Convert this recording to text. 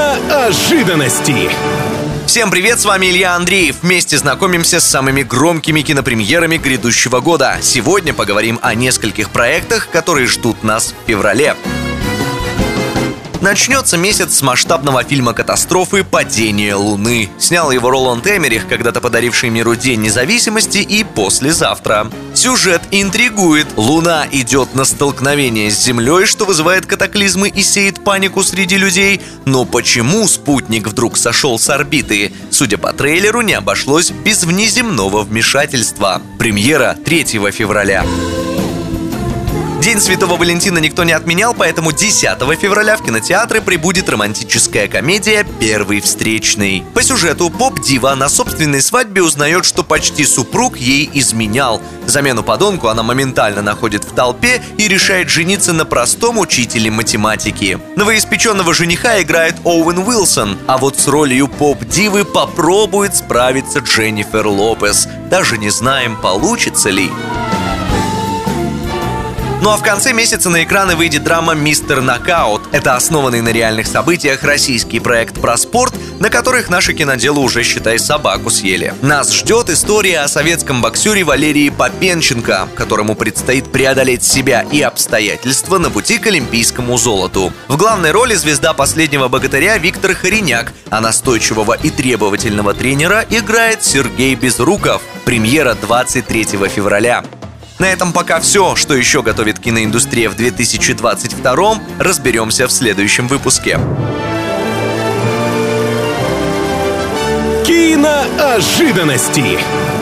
Киноожиданности. Всем привет, с вами Илья Андреев. Вместе знакомимся с самыми громкими кинопремьерами грядущего года. Сегодня поговорим о нескольких проектах, которые ждут нас в феврале. Начнется месяц с масштабного фильма катастрофы «Падение Луны». Снял его Роланд Эммерих, когда-то подаривший миру День независимости, и «Послезавтра». Сюжет интригует. Луна идет на столкновение с Землей, что вызывает катаклизмы и сеет панику среди людей. Но почему спутник вдруг сошел с орбиты? Судя по трейлеру, не обошлось без внеземного вмешательства. Премьера 3 февраля. День Святого Валентина никто не отменял, поэтому 10 февраля в кинотеатры прибудет романтическая комедия «Первый встречный». По сюжету поп-дива на собственной свадьбе узнает, что почти супруг ей изменял. Замену подонку она моментально находит в толпе и решает жениться на простом учителе математики. Новоиспеченного жениха играет Оуэн Уилсон, а вот с ролью поп-дивы попробует справиться Дженнифер Лопес. Даже не знаем, получится ли. Ну а в конце месяца на экраны выйдет драма «Мистер Нокаут». Это основанный на реальных событиях российский проект про спорт, на которых наши киноделы уже, считай, собаку съели. Нас ждет история о советском боксере Валерии Попенченко, которому предстоит преодолеть себя и обстоятельства на пути к олимпийскому золоту. В главной роли звезда «Последнего богатыря» Виктор Хориняк, а настойчивого и требовательного тренера играет Сергей Безруков. Премьера 23 февраля. На этом пока все. Что еще готовит киноиндустрия в 2022-м, разберемся в следующем выпуске. Киноожиданности.